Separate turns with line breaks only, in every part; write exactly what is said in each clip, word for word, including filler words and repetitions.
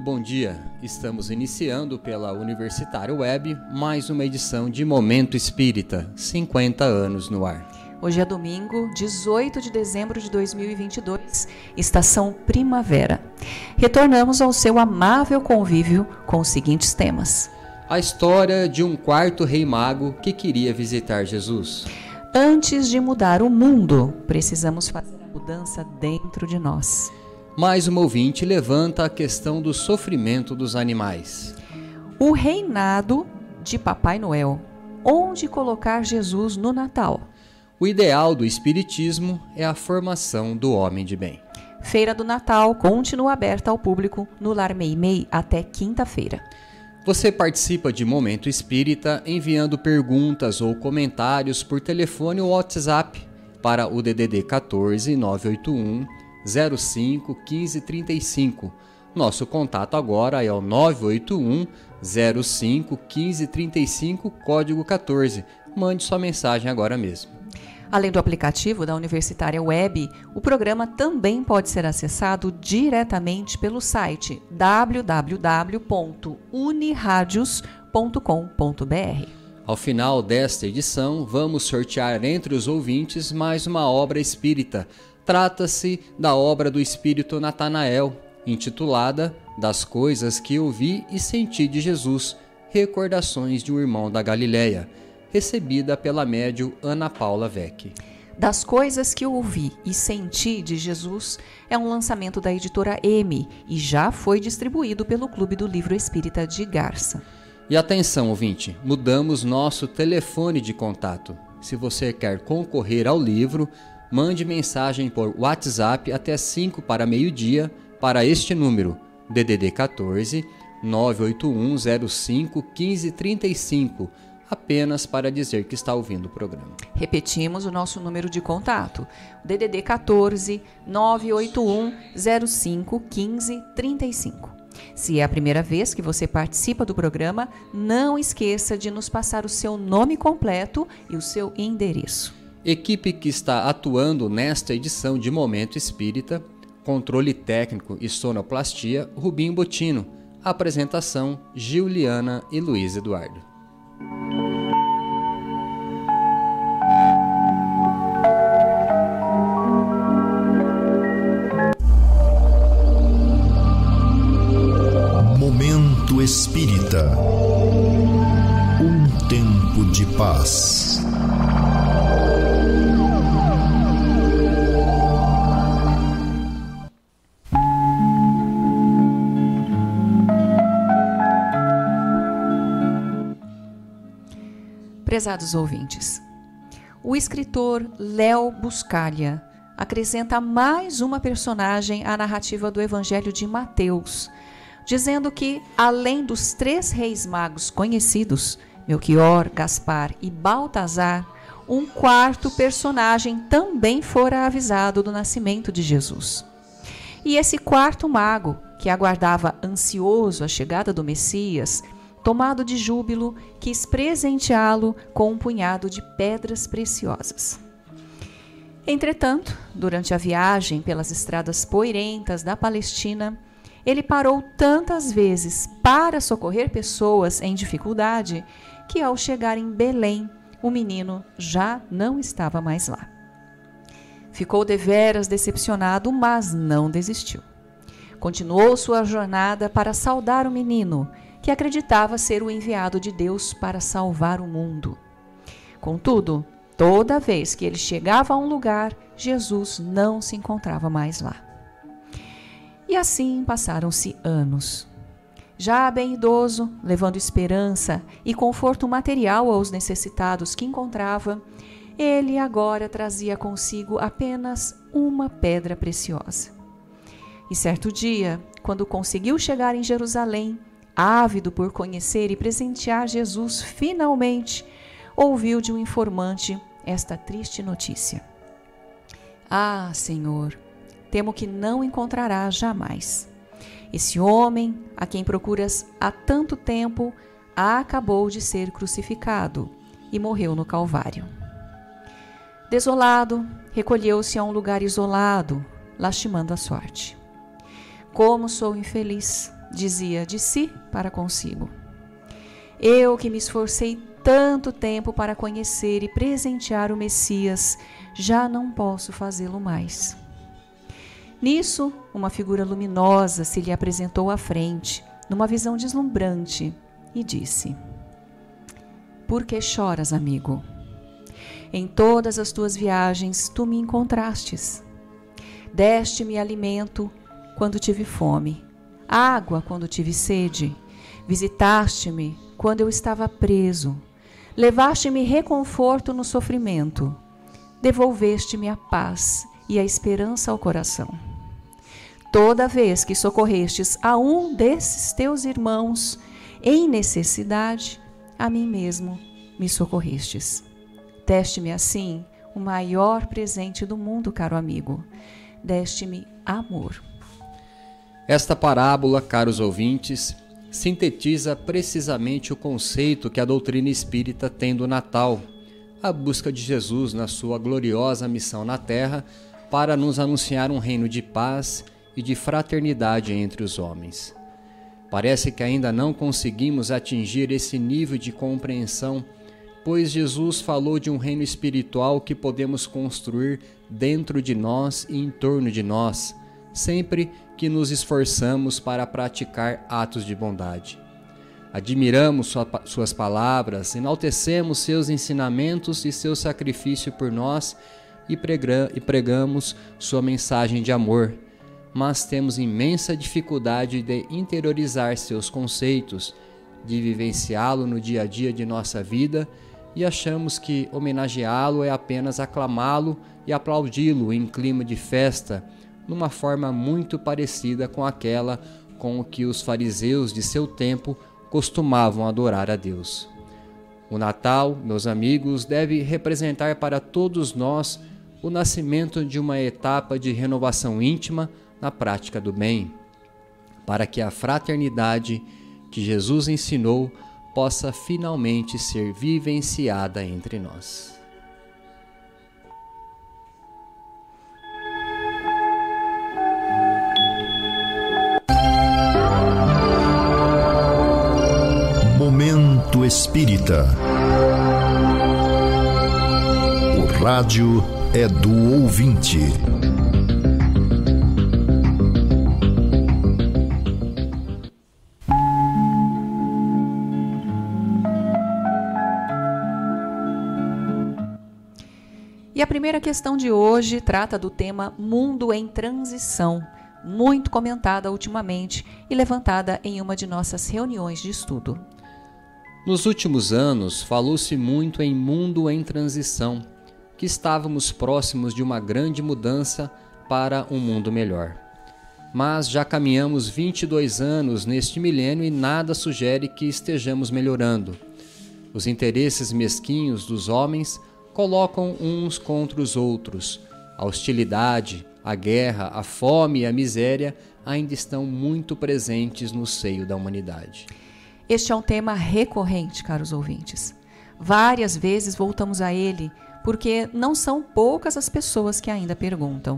bom dia. Estamos iniciando pela Universitário Web mais uma edição de Momento Espírita, cinquenta anos no ar.
Hoje é domingo, dezoito de dezembro de dois mil e vinte e dois, estação primavera. Retornamos ao seu amável convívio com os seguintes temas.
A história de um quarto rei mago que queria visitar Jesus.
Antes de mudar o mundo, precisamos fazer a mudança dentro de nós.
Mais uma ouvinte levanta a questão do sofrimento dos animais.
O reinado de Papai Noel. Onde colocar Jesus no Natal?
O ideal do Espiritismo é a formação do homem de bem.
Feira do Natal continua aberta ao público no Lar Meimei até quinta-feira.
Você participa de Momento Espírita enviando perguntas ou comentários por telefone ou WhatsApp para o D D D quatorze, nove oito um, zero cinco, quinze, trinta e cinco. Nosso contato agora é o nove oito um, zero cinco, quinze, trinta e cinco, código quatorze. Mande sua mensagem agora mesmo.
Além do aplicativo da Universitária Web, o programa também pode ser acessado diretamente pelo site w w w ponto uniradios ponto com ponto b r.
Ao final desta edição, vamos sortear entre os ouvintes mais uma obra espírita. Trata-se da obra do Espírito Natanael, intitulada Das Coisas que Ouvi e Senti de Jesus, Recordações de um Irmão da Galileia, recebida pela médium Ana Paula Vecchi.
Das Coisas que Ouvi e Senti de Jesus é um lançamento da editora M e já foi distribuído pelo Clube do Livro Espírita de Garça.
E atenção, ouvinte, mudamos nosso telefone de contato. Se você quer concorrer ao livro, mande mensagem por WhatsApp até cinco para meio-dia para este número, D D D quatorze, nove oito um, zero cinco, quinze, trinta e cinco, apenas para dizer que está ouvindo o programa.
Repetimos o nosso número de contato, D D D quatorze, nove oito um, zero cinco, quinze, trinta e cinco. Se é a primeira vez que você participa do programa, não esqueça de nos passar o seu nome completo e o seu endereço.
Equipe que está atuando nesta edição de Momento Espírita, controle técnico e sonoplastia, Rubinho Botino. Apresentação, Giuliana e Luiz Eduardo.
Momento Espírita. Um tempo de paz.
Prezados ouvintes, o escritor Léo Buscaglia acrescenta mais uma personagem à narrativa do Evangelho de Mateus, dizendo que, além dos três reis magos conhecidos, Melquior, Gaspar e Baltazar, um quarto personagem também fora avisado do nascimento de Jesus. E esse quarto mago, que aguardava ansioso a chegada do Messias, tomado de júbilo, quis presenteá-lo com um punhado de pedras preciosas. Entretanto, durante a viagem pelas estradas poeirentas da Palestina, ele parou tantas vezes para socorrer pessoas em dificuldade que, ao chegar em Belém, o menino já não estava mais lá. Ficou deveras decepcionado, mas não desistiu. Continuou sua jornada para saudar o menino, que acreditava ser o enviado de Deus para salvar o mundo. Contudo, toda vez que ele chegava a um lugar, Jesus não se encontrava mais lá. E assim passaram-se anos. Já bem idoso, levando esperança e conforto material aos necessitados que encontrava, ele agora trazia consigo apenas uma pedra preciosa. E certo dia, quando conseguiu chegar em Jerusalém, ávido por conhecer e presentear Jesus, finalmente ouviu de um informante esta triste notícia. Ah, Senhor, temo que não encontrarás jamais. Esse homem, a quem procuras há tanto tempo, acabou de ser crucificado e morreu no Calvário. Desolado, recolheu-se a um lugar isolado, lastimando a sorte. Como sou infeliz! dizia de si para consigo. Eu que me esforcei tanto tempo para conhecer e presentear o Messias, já não posso fazê-lo mais. Nisso, uma figura luminosa se lhe apresentou à frente, numa visão deslumbrante, e disse: Por que choras, amigo? Em todas as tuas viagens tu me encontrastes. Deste-me alimento quando tive fome, água quando tive sede, visitaste-me quando eu estava preso, levaste-me reconforto no sofrimento, devolveste-me a paz e a esperança ao coração. Toda vez que socorrestes a um desses teus irmãos em necessidade, a mim mesmo me socorrestes. Deste-me assim o maior presente do mundo, caro amigo. Deste-me amor.
Esta parábola, caros ouvintes, sintetiza precisamente o conceito que a doutrina espírita tem do Natal, a busca de Jesus na sua gloriosa missão na Terra para nos anunciar um reino de paz e de fraternidade entre os homens. Parece que ainda não conseguimos atingir esse nível de compreensão, pois Jesus falou de um reino espiritual que podemos construir dentro de nós e em torno de nós, sempre que nos esforçamos para praticar atos de bondade. Admiramos sua, suas palavras, enaltecemos seus ensinamentos e seu sacrifício por nós e, prega, e pregamos sua mensagem de amor, mas temos imensa dificuldade de interiorizar seus conceitos, de vivenciá-lo no dia a dia de nossa vida, e achamos que homenageá-lo é apenas aclamá-lo e aplaudi-lo em clima de festa, numa forma muito parecida com aquela com que os fariseus de seu tempo costumavam adorar a Deus. O Natal, meus amigos, deve representar para todos nós o nascimento de uma etapa de renovação íntima na prática do bem, para que a fraternidade que Jesus ensinou possa finalmente ser vivenciada entre nós.
Momento Espírita. O rádio é do ouvinte.
E a primeira questão de hoje trata do tema Mundo em Transição, muito comentada ultimamente e levantada em uma de nossas reuniões de estudo.
Nos últimos anos, falou-se muito em mundo em transição, que estávamos próximos de uma grande mudança para um mundo melhor. Mas já caminhamos vinte e dois anos neste milênio e nada sugere que estejamos melhorando. Os interesses mesquinhos dos homens colocam uns contra os outros. A hostilidade, a guerra, a fome e a miséria ainda estão muito presentes no seio da humanidade.
Este é um tema recorrente, caros ouvintes. Várias vezes voltamos a ele, porque não são poucas as pessoas que ainda perguntam.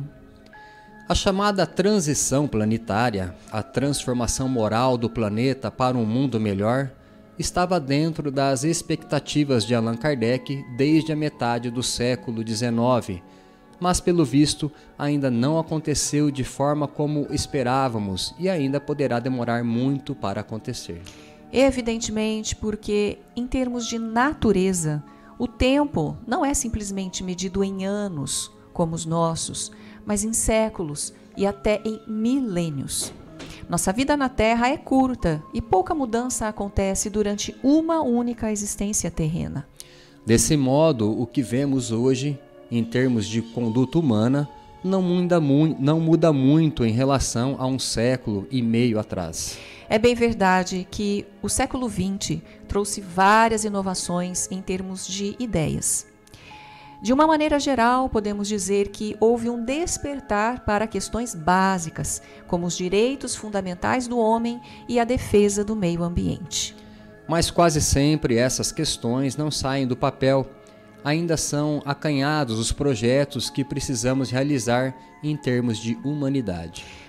A chamada transição planetária, a transformação moral do planeta para um mundo melhor, estava dentro das expectativas de Allan Kardec desde a metade do século dezenove, mas pelo visto ainda não aconteceu de forma como esperávamos e ainda poderá demorar muito para acontecer.
Evidentemente, porque em termos de natureza, o tempo não é simplesmente medido em anos, como os nossos, mas em séculos e até em milênios. Nossa vida na Terra é curta e pouca mudança acontece durante uma única existência terrena.
Desse modo, o que vemos hoje, em termos de conduta humana, não muda, mu- não muda muito em relação a um século e meio atrás.
É bem verdade que o século vinte trouxe várias inovações em termos de ideias. De uma maneira geral, podemos dizer que houve um despertar para questões básicas, como os direitos fundamentais do homem e a defesa do meio ambiente.
Mas quase sempre essas questões não saem do papel. Ainda são acanhados os projetos que precisamos realizar em termos de humanidade.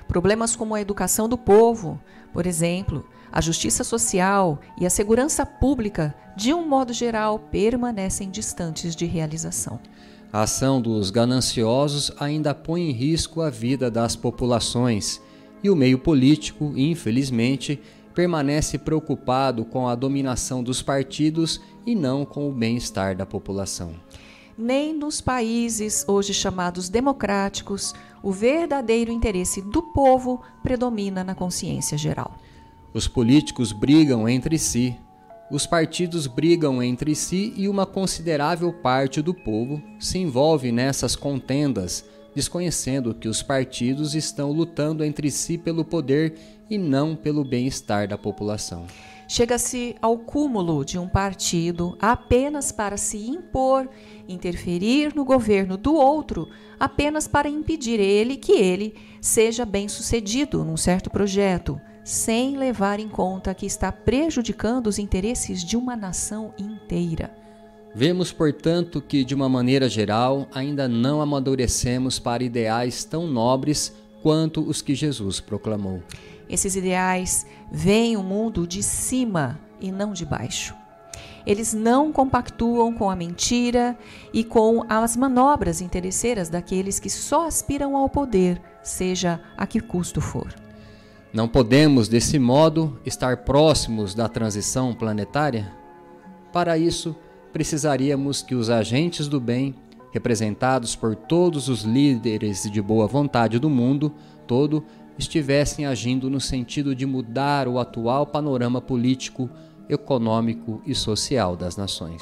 Problemas como a educação do povo, por exemplo, a justiça social e a segurança pública, de um modo geral, permanecem distantes de realização.
A ação dos gananciosos ainda põe em risco a vida das populações, e o meio político, infelizmente, permanece preocupado com a dominação dos partidos e não com o bem-estar da população.
Nem nos países hoje chamados democráticos, o verdadeiro interesse do povo predomina na consciência geral.
Os políticos brigam entre si, os partidos brigam entre si e uma considerável parte do povo se envolve nessas contendas, desconhecendo que os partidos estão lutando entre si pelo poder e não pelo bem-estar da população.
Chega-se ao cúmulo de um partido apenas para se impor, interferir no governo do outro, apenas para impedir ele que ele seja bem-sucedido num certo projeto, sem levar em conta que está prejudicando os interesses de uma nação inteira.
Vemos, portanto, que, de uma maneira geral, ainda não amadurecemos para ideais tão nobres quanto os que Jesus proclamou.
Esses ideais veem o mundo de cima e não de baixo. Eles não compactuam com a mentira e com as manobras interesseiras daqueles que só aspiram ao poder, seja a que custo for.
Não podemos, desse modo, estar próximos da transição planetária? Para isso, precisaríamos que os agentes do bem, representados por todos os líderes de boa vontade do mundo todo, estivessem agindo no sentido de mudar o atual panorama político, econômico e social das nações.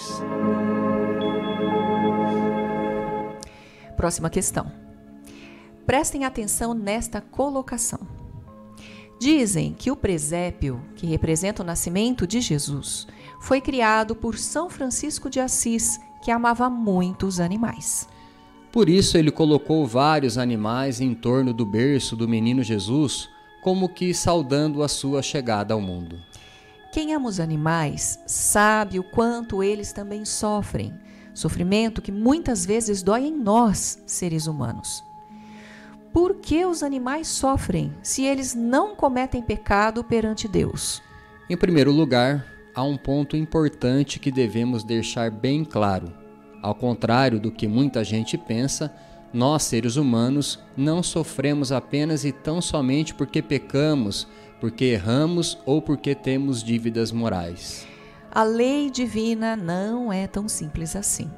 Próxima questão. Prestem atenção nesta colocação. Dizem que o presépio, que representa o nascimento de Jesus, foi criado por São Francisco de Assis, que amava muito os animais.
Por isso ele colocou vários animais em torno do berço do menino Jesus, como que saudando a sua chegada ao mundo.
Quem ama os animais sabe o quanto eles também sofrem, sofrimento que muitas vezes dói em nós, seres humanos. Por que os animais sofrem se eles não cometem pecado perante Deus?
Em primeiro lugar, há um ponto importante que devemos deixar bem claro. Ao contrário do que muita gente pensa, nós, seres humanos, não sofremos apenas e tão somente porque pecamos, porque erramos ou porque temos dívidas morais.
A lei divina não é tão simples assim.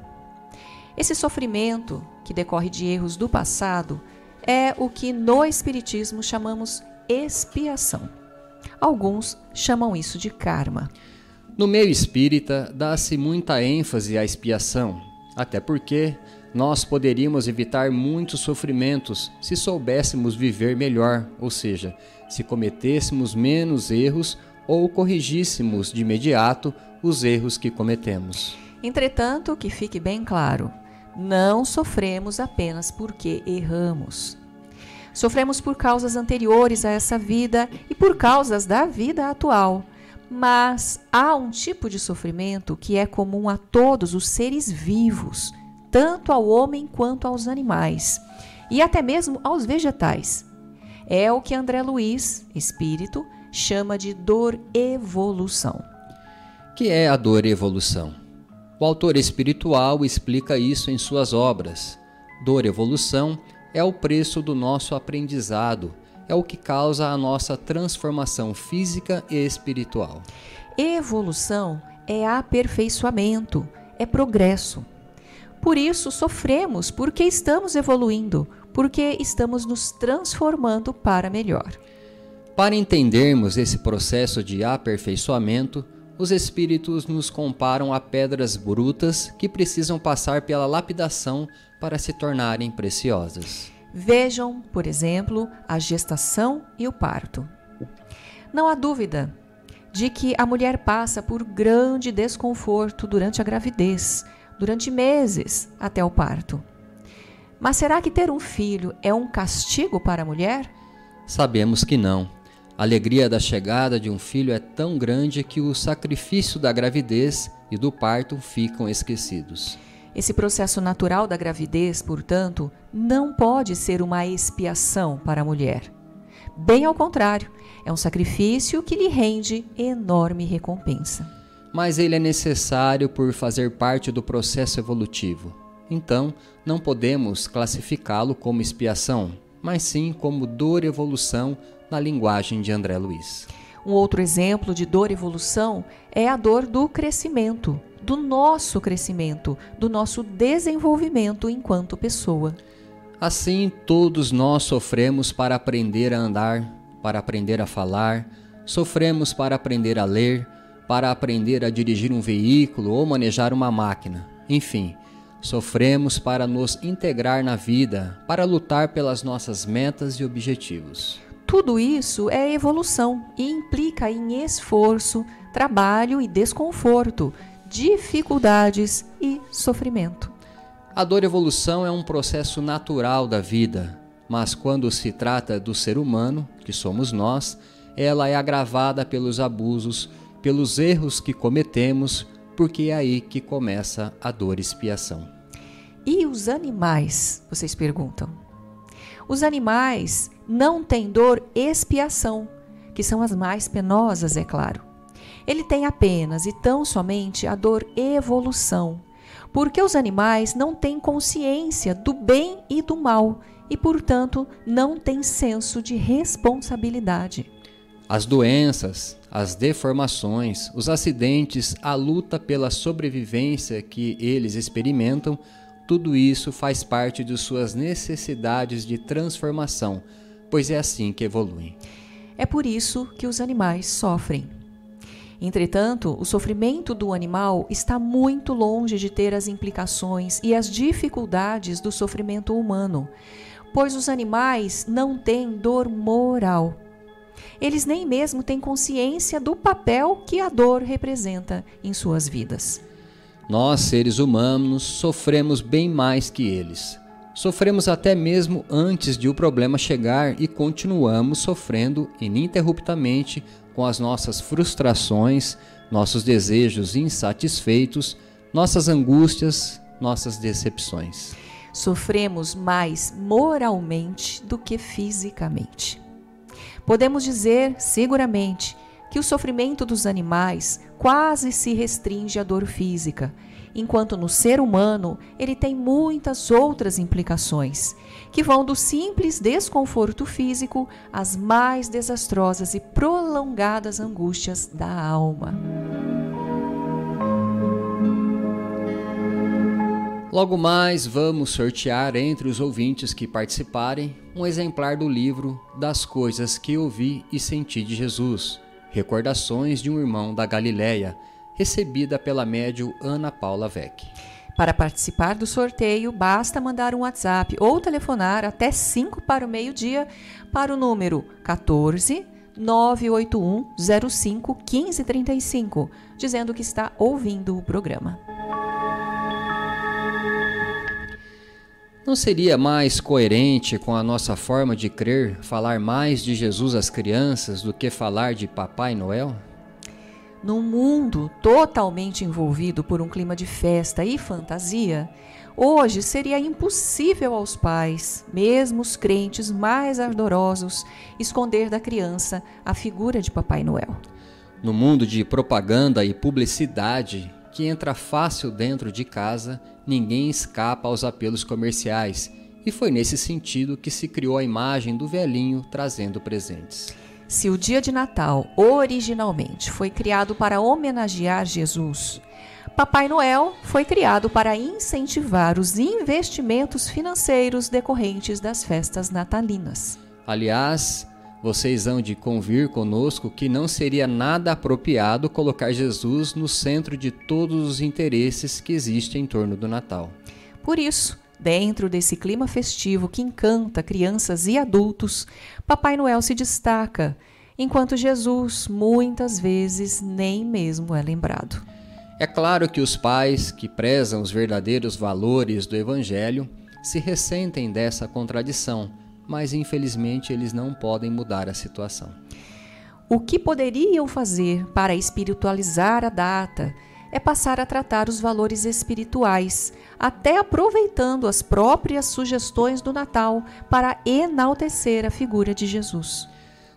Esse sofrimento, que decorre de erros do passado, é o que no Espiritismo chamamos expiação. Alguns chamam isso de karma.
No meio espírita, dá-se muita ênfase à expiação, até porque nós poderíamos evitar muitos sofrimentos se soubéssemos viver melhor, ou seja, se cometêssemos menos erros ou corrigíssemos de imediato os erros que cometemos.
Entretanto, que fique bem claro, não sofremos apenas porque erramos. Sofremos por causas anteriores a essa vida e por causas da vida atual. Mas há um tipo de sofrimento que é comum a todos os seres vivos, tanto ao homem quanto aos animais, e até mesmo aos vegetais. É o que André Luiz, espírito, chama de dor-evolução.
Que é a dor-evolução? O autor espiritual explica isso em suas obras. Dor-evolução é o preço do nosso aprendizado, é o que causa a nossa transformação física e espiritual.
Evolução é aperfeiçoamento, é progresso. Por isso sofremos, porque estamos evoluindo, porque estamos nos transformando para melhor.
Para entendermos esse processo de aperfeiçoamento, os espíritos nos comparam a pedras brutas que precisam passar pela lapidação para se tornarem preciosas.
Vejam, por exemplo, a gestação e o parto. Não há dúvida de que a mulher passa por grande desconforto durante a gravidez, durante meses até o parto. Mas será que ter um filho é um castigo para a mulher?
Sabemos que não. A alegria da chegada de um filho é tão grande que o sacrifício da gravidez e do parto ficam esquecidos.
Esse processo natural da gravidez, portanto, não pode ser uma expiação para a mulher. Bem ao contrário, é um sacrifício que lhe rende enorme recompensa.
Mas ele é necessário por fazer parte do processo evolutivo. Então, não podemos classificá-lo como expiação, mas sim como dor-evolução na linguagem de André Luiz.
Um outro exemplo de dor-evolução é a dor do crescimento, do nosso crescimento, do nosso desenvolvimento enquanto pessoa.
Assim, todos nós sofremos para aprender a andar, para aprender a falar, sofremos para aprender a ler, para aprender a dirigir um veículo ou manejar uma máquina. Enfim, sofremos para nos integrar na vida, para lutar pelas nossas metas e objetivos.
Tudo isso é evolução e implica em esforço, trabalho e desconforto, dificuldades e sofrimento.
A dor-evolução é um processo natural da vida, mas quando se trata do ser humano, que somos nós, ela é agravada pelos abusos, pelos erros que cometemos, porque é aí que começa a dor-expiação.
E os animais, vocês perguntam? Os animais não têm dor-expiação, que são as mais penosas, é claro. Ele tem apenas e tão somente a dor-evolução, porque os animais não têm consciência do bem e do mal e, portanto, não têm senso de responsabilidade.
As doenças, as deformações, os acidentes, a luta pela sobrevivência que eles experimentam, tudo isso faz parte de suas necessidades de transformação, pois é assim que evoluem.
É por isso que os animais sofrem. Entretanto, o sofrimento do animal está muito longe de ter as implicações e as dificuldades do sofrimento humano, pois os animais não têm dor moral. Eles nem mesmo têm consciência do papel que a dor representa em suas vidas.
Nós, seres humanos, sofremos bem mais que eles. Sofremos até mesmo antes de o problema chegar e continuamos sofrendo ininterruptamente com as nossas frustrações, nossos desejos insatisfeitos, nossas angústias, nossas decepções.
Sofremos mais moralmente do que fisicamente. Podemos dizer, seguramente, que o sofrimento dos animais quase se restringe à dor física, enquanto no ser humano ele tem muitas outras implicações, que vão do simples desconforto físico às mais desastrosas e prolongadas angústias da alma.
Logo mais vamos sortear entre os ouvintes que participarem um exemplar do livro Das Coisas que Ouvi e Senti de Jesus, Recordações de um Irmão da Galileia, recebida pela médium Ana Paula Vec.
Para participar do sorteio, basta mandar um WhatsApp ou telefonar até cinco para o meio-dia para o número quatorze, nove oito um, zero cinco, um cinco três cinco, dizendo que está ouvindo o programa.
Não seria mais coerente com a nossa forma de crer falar mais de Jesus às crianças do que falar de Papai Noel?
Num mundo totalmente envolvido por um clima de festa e fantasia, hoje seria impossível aos pais, mesmo os crentes mais ardorosos, esconder da criança a figura de Papai Noel.
No mundo de propaganda e publicidade, que entra fácil dentro de casa, ninguém escapa aos apelos comerciais, e foi nesse sentido que se criou a imagem do velhinho trazendo presentes.
Se o dia de Natal, originalmente, foi criado para homenagear Jesus, Papai Noel foi criado para incentivar os investimentos financeiros decorrentes das festas natalinas.
Aliás, vocês hão de convir conosco que não seria nada apropriado colocar Jesus no centro de todos os interesses que existem em torno do Natal.
Por isso, dentro desse clima festivo que encanta crianças e adultos, Papai Noel se destaca, enquanto Jesus muitas vezes nem mesmo é lembrado.
É claro que os pais que prezam os verdadeiros valores do Evangelho se ressentem dessa contradição, mas infelizmente eles não podem mudar a situação.
O que poderiam fazer para espiritualizar a data é passar a tratar os valores espirituais, até aproveitando as próprias sugestões do Natal para enaltecer a figura de Jesus.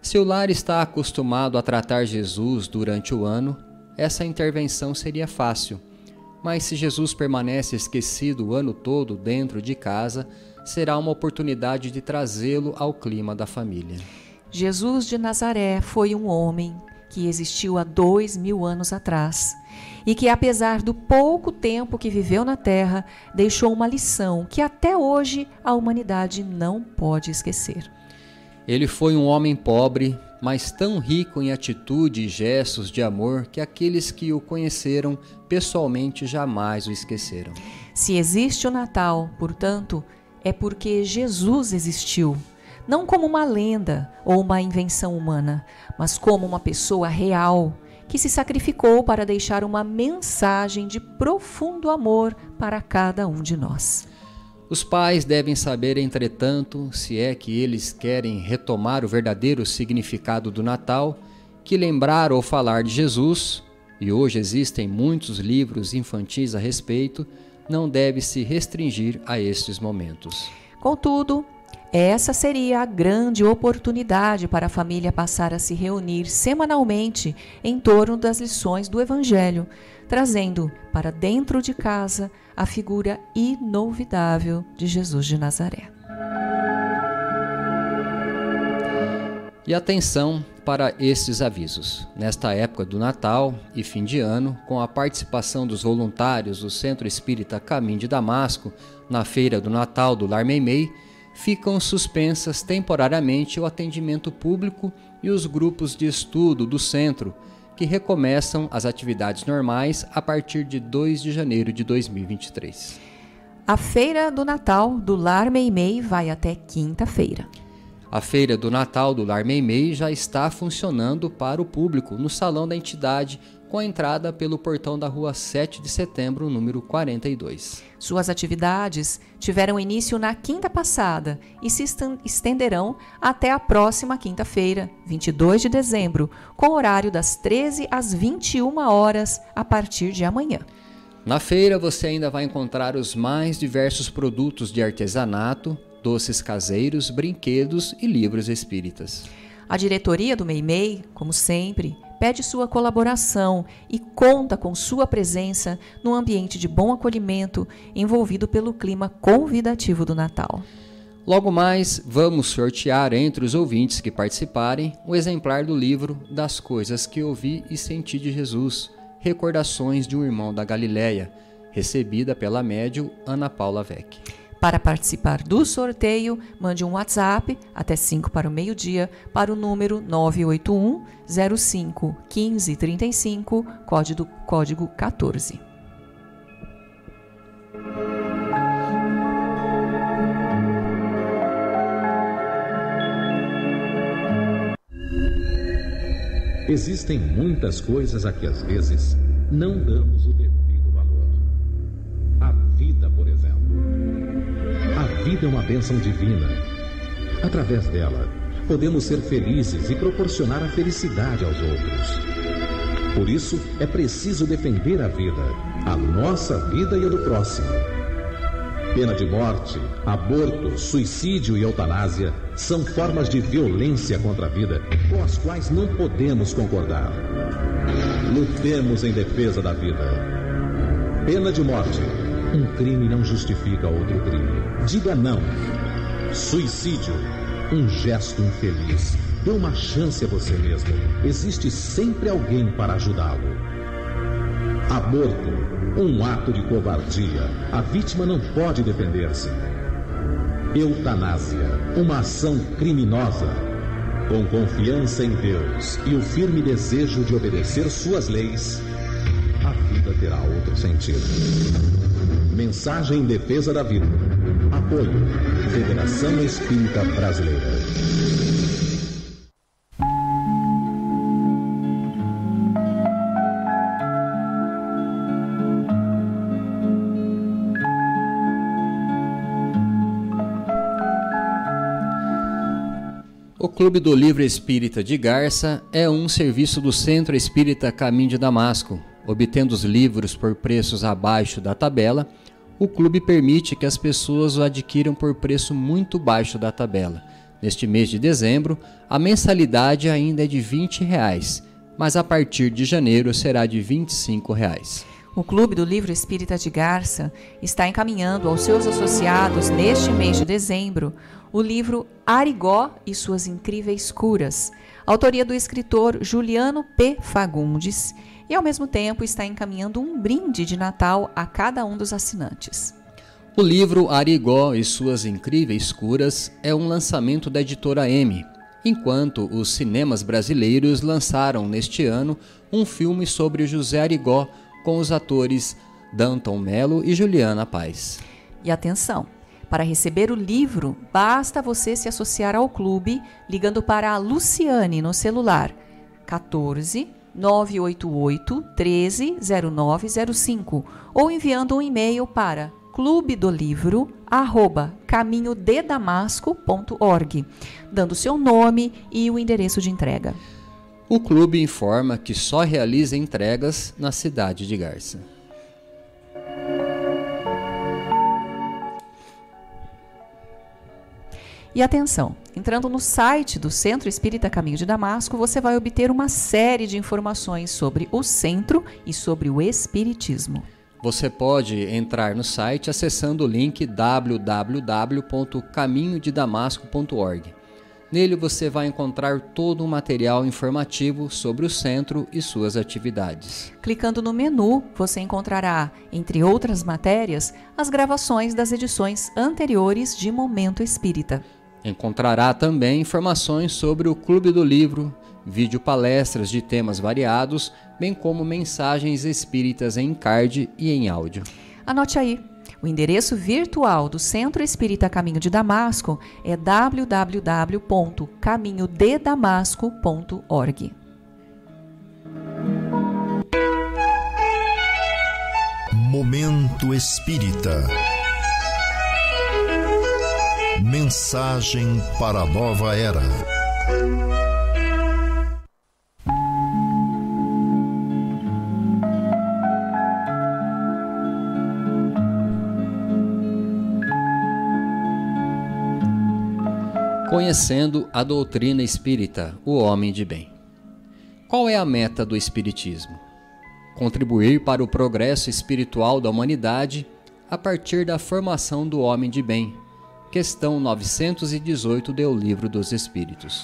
Se o lar está acostumado a tratar Jesus durante o ano, essa intervenção seria fácil. Mas se Jesus permanece esquecido o ano todo dentro de casa, será uma oportunidade de trazê-lo ao clima da família.
Jesus de Nazaré foi um homem que existiu há dois mil anos atrás e que, apesar do pouco tempo que viveu na Terra, deixou uma lição que até hoje a humanidade não pode esquecer.
Ele foi um homem pobre, mas tão rico em atitude e gestos de amor que aqueles que o conheceram pessoalmente jamais o esqueceram.
Se existe o Natal, portanto, é porque Jesus existiu, não como uma lenda ou uma invenção humana, mas como uma pessoa real que se sacrificou para deixar uma mensagem de profundo amor para cada um de nós.
Os pais devem saber, entretanto, se é que eles querem retomar o verdadeiro significado do Natal, que lembrar ou falar de Jesus, e hoje existem muitos livros infantis a respeito, não deve se restringir a estes momentos.
Contudo, essa seria a grande oportunidade para a família passar a se reunir semanalmente em torno das lições do Evangelho, trazendo para dentro de casa a figura inolvidável de Jesus de Nazaré.
E atenção para estes avisos. Nesta época do Natal e fim de ano, com a participação dos voluntários do Centro Espírita Caminho de Damasco, na Feira do Natal do Lar Meimei, ficam suspensas temporariamente o atendimento público e os grupos de estudo do centro, que recomeçam as atividades normais a partir de dois de janeiro de dois mil e vinte e três.
A Feira do Natal do Lar Meimei vai até quinta-feira.
A Feira do Natal do Lar Meimei já está funcionando para o público no salão da entidade, com a entrada pelo portão da rua sete de setembro, número quarenta e dois.
Suas atividades tiveram início na quinta passada e se estenderão até a próxima quinta-feira, vinte e dois de dezembro, com horário das treze às vinte e uma horas a partir de amanhã.
Na feira você ainda vai encontrar os mais diversos produtos de artesanato, doces caseiros, brinquedos e livros espíritas.
A diretoria do Meimei, como sempre, pede sua colaboração e conta com sua presença num ambiente de bom acolhimento, envolvido pelo clima convidativo do Natal.
Logo mais, vamos sortear entre os ouvintes que participarem o exemplar do livro Das Coisas que Ouvi e Senti de Jesus, Recordações de um Irmão da Galileia, recebida pela médium Ana Paula Vec.
Para participar do sorteio, mande um WhatsApp até cinco para o meio-dia para o número nove oito um, zero cinco, um cinco três cinco, código, código quatorze.
Existem muitas coisas a que às vezes não damos o devido valor. A vida, por exemplo. A vida é uma bênção divina. Através dela, podemos ser felizes e proporcionar a felicidade aos outros. Por isso, é preciso defender a vida, a nossa vida e a do próximo. Pena de morte, aborto, suicídio e eutanásia são formas de violência contra a vida com as quais não podemos concordar. Lutemos em defesa da vida. Pena de morte. Um crime não justifica outro crime. Diga não. Suicídio. Um gesto infeliz. Dê uma chance a você mesmo. Existe sempre alguém para ajudá-lo. Aborto. Um ato de covardia. A vítima não pode defender-se. Eutanásia. Uma ação criminosa. Com confiança em Deus e o firme desejo de obedecer suas leis, a vida terá outro sentido. Mensagem em defesa da vida. Apoio. Federação Espírita Brasileira.
O Clube do Livro Espírita de Garça é um serviço do Centro Espírita Caminho de Damasco. Obtendo os livros por preços abaixo da tabela, o clube permite que as pessoas o adquiram por preço muito baixo da tabela, Neste mês de dezembro, a mensalidade ainda é de vinte reais, mas a partir de janeiro será de vinte e cinco reais.
O Clube do Livro Espírita de Garça está encaminhando aos seus associados, neste mês de dezembro, o livro Arigó e Suas Incríveis Curas, autoria do escritor Juliano P. Fagundes, e ao mesmo tempo está encaminhando um brinde de Natal a cada um dos assinantes.
O livro Arigó e Suas Incríveis Curas é um lançamento da editora M, enquanto os cinemas brasileiros lançaram neste ano um filme sobre José Arigó com os atores Danton Mello e Juliana Paz.
E atenção, para receber o livro, basta você se associar ao clube ligando para a Luciane no celular quatorze, nove oito oito, treze, zero nove zero cinco ou enviando um e-mail para clubedolivro arroba caminho de damasco ponto org, dando seu nome e o endereço de entrega.
O clube informa que só realiza entregas na cidade de Garça.
E atenção, entrando no site do Centro Espírita Caminho de Damasco, você vai obter uma série de informações sobre o centro e sobre o espiritismo.
Você pode entrar no site acessando o link w w w ponto caminho de damasco ponto org. Nele você vai encontrar todo um material informativo sobre o centro e suas atividades.
Clicando no menu, você encontrará, entre outras matérias, as gravações das edições anteriores de Momento Espírita.
Encontrará também informações sobre o Clube do Livro, videopalestras de temas variados, bem como mensagens espíritas em card e em áudio.
Anote aí. O endereço virtual do Centro Espírita Caminho de Damasco é w w w ponto caminho de damasco ponto org.
Momento Espírita. Mensagem para a nova era.
Conhecendo a doutrina espírita, o homem de bem. Qual é a meta do espiritismo? Contribuir para o progresso espiritual da humanidade a partir da formação do homem de bem. Questão novecentos e dezoito do Livro dos Espíritos.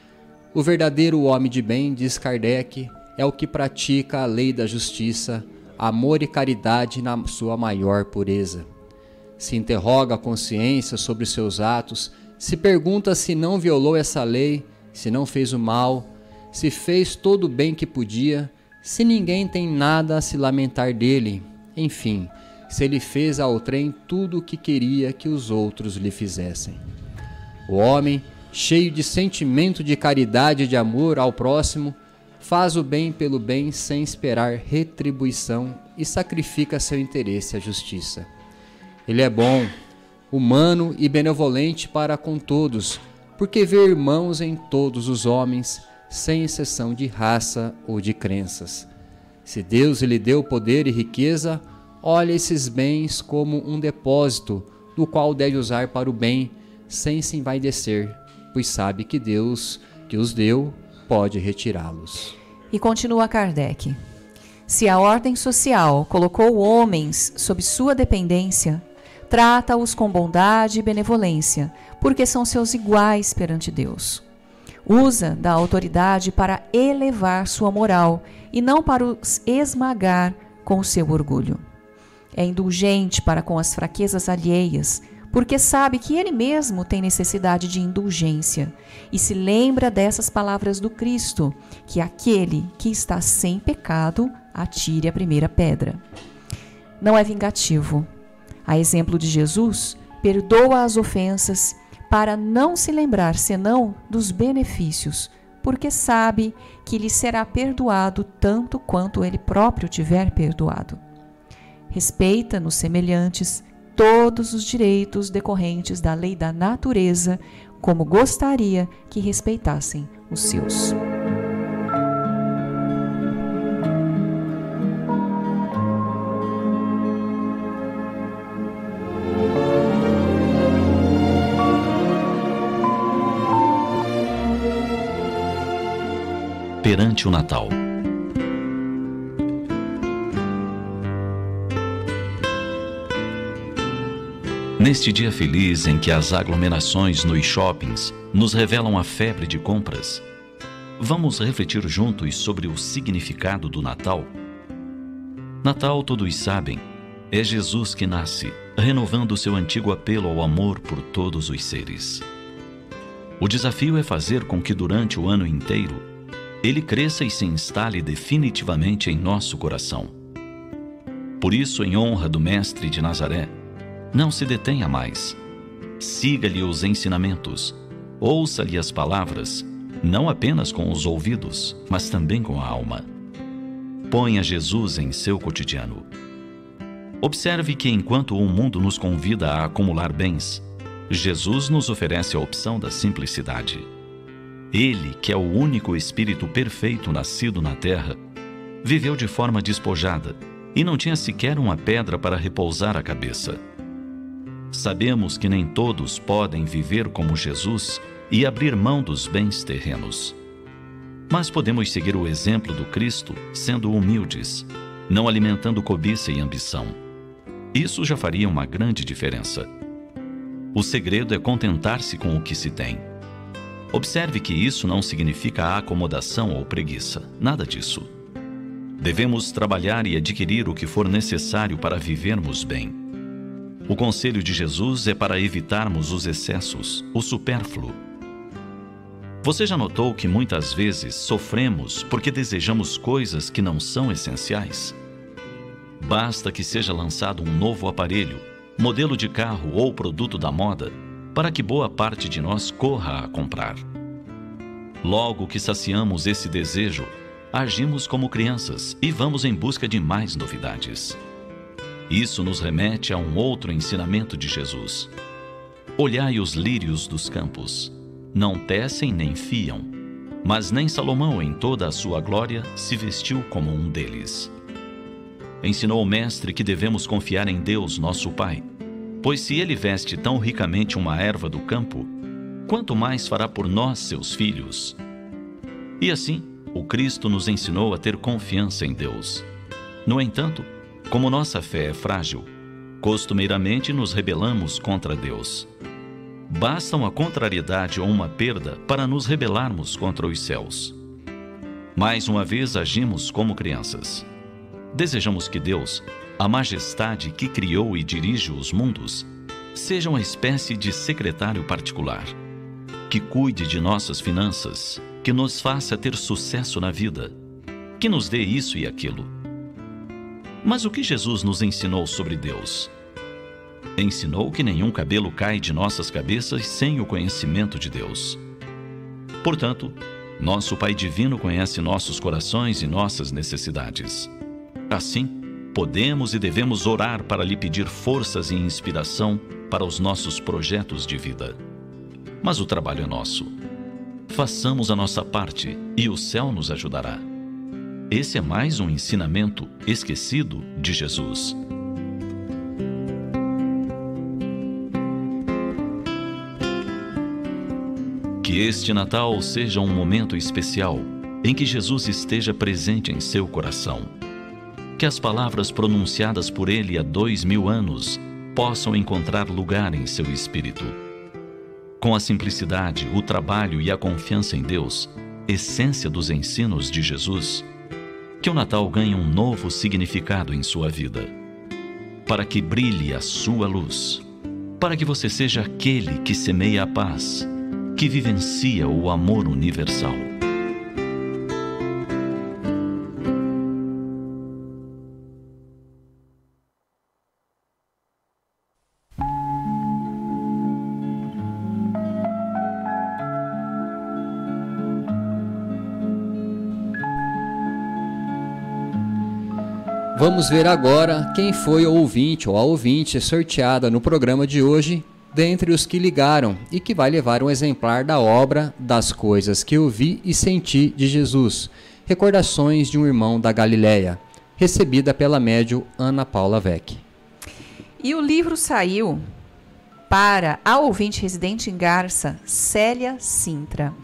O verdadeiro homem de bem, diz Kardec, é o que pratica a lei da justiça, amor e caridade na sua maior pureza. Se interroga a consciência sobre seus atos, se pergunta se não violou essa lei, se não fez o mal, se fez todo o bem que podia, se ninguém tem nada a se lamentar dele, enfim, se ele fez ao trem tudo o que queria que os outros lhe fizessem. O homem, cheio de sentimento de caridade e de amor ao próximo, faz o bem pelo bem sem esperar retribuição e sacrifica seu interesse à justiça. Ele é bom, humano e benevolente para com todos, porque vê irmãos em todos os homens, sem exceção de raça ou de crenças. Se Deus lhe deu poder e riqueza, olha esses bens como um depósito, do qual deve usar para o bem, sem se envaidecer, pois sabe que Deus, que os deu, pode retirá-los.
E continua Kardec. Se a ordem social colocou homens sob sua dependência, trata-os com bondade e benevolência, porque são seus iguais perante Deus. Usa da autoridade para elevar sua moral e não para os esmagar com o seu orgulho. É indulgente para com as fraquezas alheias, porque sabe que ele mesmo tem necessidade de indulgência e se lembra dessas palavras do Cristo, que aquele que está sem pecado atire a primeira pedra. Não é vingativo. A exemplo de Jesus, perdoa as ofensas para não se lembrar senão dos benefícios, porque sabe que lhe será perdoado tanto quanto ele próprio tiver perdoado. Respeita nos semelhantes todos os direitos decorrentes da lei da natureza, como gostaria que respeitassem os seus.
perante o Natal. Neste dia feliz em que as aglomerações nos shoppings nos revelam a febre de compras, vamos refletir juntos sobre o significado do Natal? Natal, todos sabem, é Jesus que nasce, renovando seu antigo apelo ao amor por todos os seres. O desafio é fazer com que durante o ano inteiro ele cresça e se instale definitivamente em nosso coração. Por isso, em honra do Mestre de Nazaré, não se detenha mais. Siga-lhe os ensinamentos, ouça-lhe as palavras, não apenas com os ouvidos, mas também com a alma. Ponha Jesus em seu cotidiano. Observe que enquanto o mundo nos convida a acumular bens, Jesus nos oferece a opção da simplicidade. Ele, que é o único Espírito perfeito nascido na terra, viveu de forma despojada e não tinha sequer uma pedra para repousar a cabeça. Sabemos que nem todos podem viver como Jesus e abrir mão dos bens terrenos. Mas podemos seguir o exemplo do Cristo sendo humildes, não alimentando cobiça e ambição. Isso já faria uma grande diferença. O segredo é contentar-se com o que se tem. Observe que isso não significa acomodação ou preguiça, nada disso. Devemos trabalhar e adquirir o que for necessário para vivermos bem. O conselho de Jesus é para evitarmos os excessos, o supérfluo. Você já notou que muitas vezes sofremos porque desejamos coisas que não são essenciais? Basta que seja lançado um novo aparelho, modelo de carro ou produto da moda, para que boa parte de nós corra a comprar. Logo que saciamos esse desejo, agimos como crianças e vamos em busca de mais novidades. Isso nos remete a um outro ensinamento de Jesus. Olhai os lírios dos campos. Não tecem nem fiam, mas nem Salomão em toda a sua glória se vestiu como um deles. Ensinou o Mestre que devemos confiar em Deus, nosso Pai, pois se Ele veste tão ricamente uma erva do campo, quanto mais fará por nós, seus filhos? E assim, o Cristo nos ensinou a ter confiança em Deus. No entanto, como nossa fé é frágil, costumeiramente nos rebelamos contra Deus. Basta uma contrariedade ou uma perda para nos rebelarmos contra os céus. Mais uma vez agimos como crianças. Desejamos que Deus, a majestade que criou e dirige os mundos, seja uma espécie de secretário particular, que cuide de nossas finanças, que nos faça ter sucesso na vida, que nos dê isso e aquilo. Mas o que Jesus nos ensinou sobre Deus? Ensinou que nenhum cabelo cai de nossas cabeças sem o conhecimento de Deus. Portanto, nosso Pai Divino conhece nossos corações e nossas necessidades. Assim, podemos e devemos orar para lhe pedir forças e inspiração para os nossos projetos de vida. Mas o trabalho é nosso. Façamos a nossa parte e o céu nos ajudará. Esse é mais um ensinamento esquecido de Jesus. Que este Natal seja um momento especial em que Jesus esteja presente em seu coração. Que as palavras pronunciadas por ele há dois mil anos possam encontrar lugar em seu espírito. Com a simplicidade, o trabalho e a confiança em Deus, essência dos ensinos de Jesus, que o Natal ganhe um novo significado em sua vida, para que brilhe a sua luz, para que você seja aquele que semeia a paz, que vivencia o amor universal.
Vamos ver agora quem foi o ouvinte ou a ouvinte sorteada no programa de hoje, dentre os que ligaram e que vai levar um exemplar da obra Das Coisas que Eu Vi e Senti de Jesus, Recordações de um Irmão da Galileia, recebida pela médium Ana Paula Vec.
E o livro saiu para a ouvinte residente em Garça, Célia Sintra.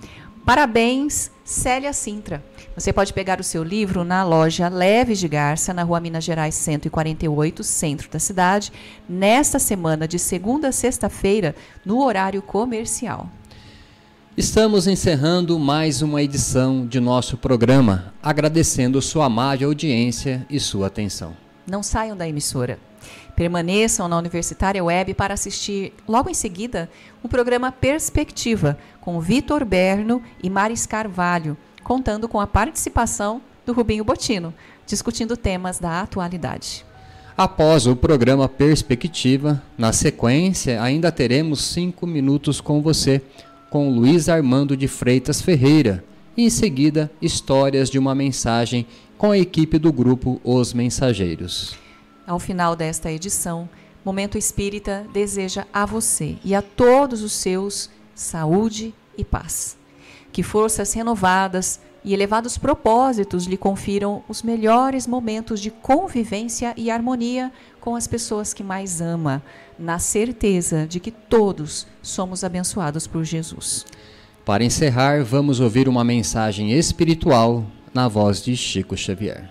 Parabéns, Célia Sintra. Você pode pegar o seu livro na loja Leves de Garça, na Rua Minas Gerais cento e quarenta e oito, centro da cidade, nesta semana de segunda a sexta-feira, no horário comercial.
Estamos encerrando mais uma edição de nosso programa, agradecendo sua amável audiência e sua atenção.
Não saiam da emissora. Permaneçam na Universitária Web para assistir, logo em seguida, o programa Perspectiva, com Vitor Berno e Maris Carvalho, contando com a participação do Rubinho Bottino, discutindo temas da atualidade.
Após o programa Perspectiva, na sequência, ainda teremos cinco minutos com você, com Luiz Armando de Freitas Ferreira, e em seguida, Histórias de uma Mensagem, com a equipe do grupo Os Mensageiros.
Ao final desta edição, Momento Espírita deseja a você e a todos os seus saúde e paz. Que forças renovadas e elevados propósitos lhe confiram os melhores momentos de convivência e harmonia com as pessoas que mais ama, na certeza de que todos somos abençoados por Jesus.
Para encerrar, vamos ouvir uma mensagem espiritual na voz de Chico Xavier.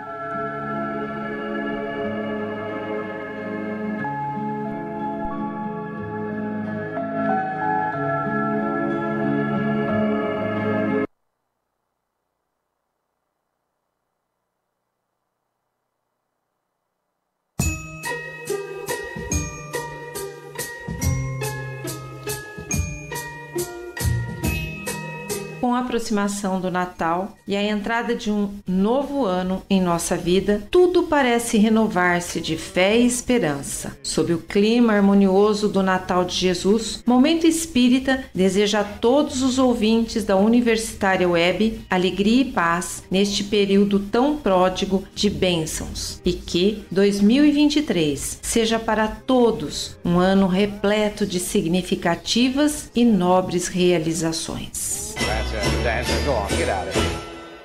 Com a aproximação do Natal e a entrada de um novo ano em nossa vida, tudo parece renovar-se de fé e esperança. Sob o clima harmonioso do Natal de Jesus, Momento Espírita deseja a todos os ouvintes da Universitária Web alegria e paz neste período tão pródigo de bênçãos, e que dois mil e vinte e três seja para todos um ano repleto de significativas e nobres realizações.
That's it. Dancer, go on, get out of here.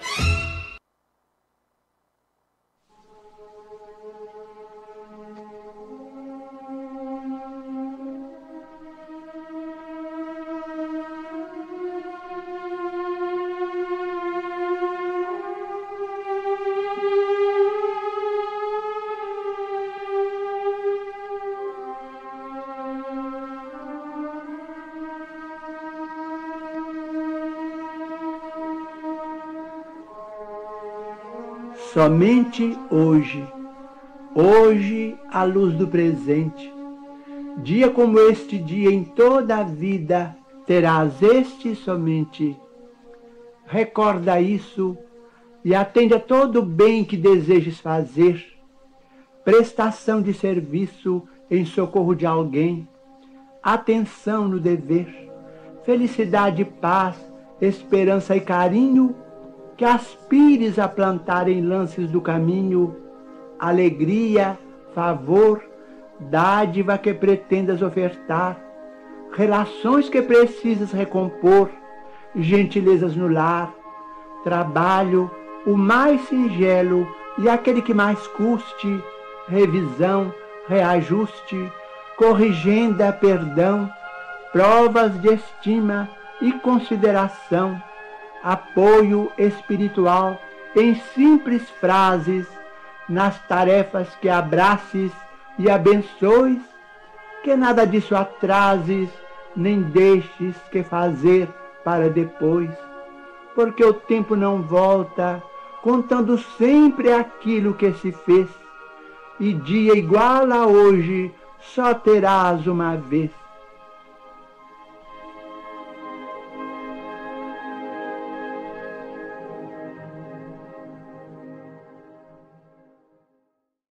Somente hoje, hoje à luz do presente, dia como este dia em toda a vida, terás este somente. Recorda isso e atende a todo o bem que desejes fazer, prestação de serviço em socorro de alguém, atenção no dever, felicidade, paz, esperança e carinho, que aspires a plantar em lances do caminho, alegria, favor, dádiva que pretendas ofertar, relações que precisas recompor, gentilezas no lar, trabalho, o mais singelo e aquele que mais custe, revisão, reajuste, corrigenda, perdão, provas de estima e consideração, apoio espiritual em simples frases, nas tarefas que abraces e abençoes, que nada disso atrases, nem deixes que fazer para depois, porque o tempo não volta, contando sempre aquilo que se fez, e dia igual a hoje só terás uma vez.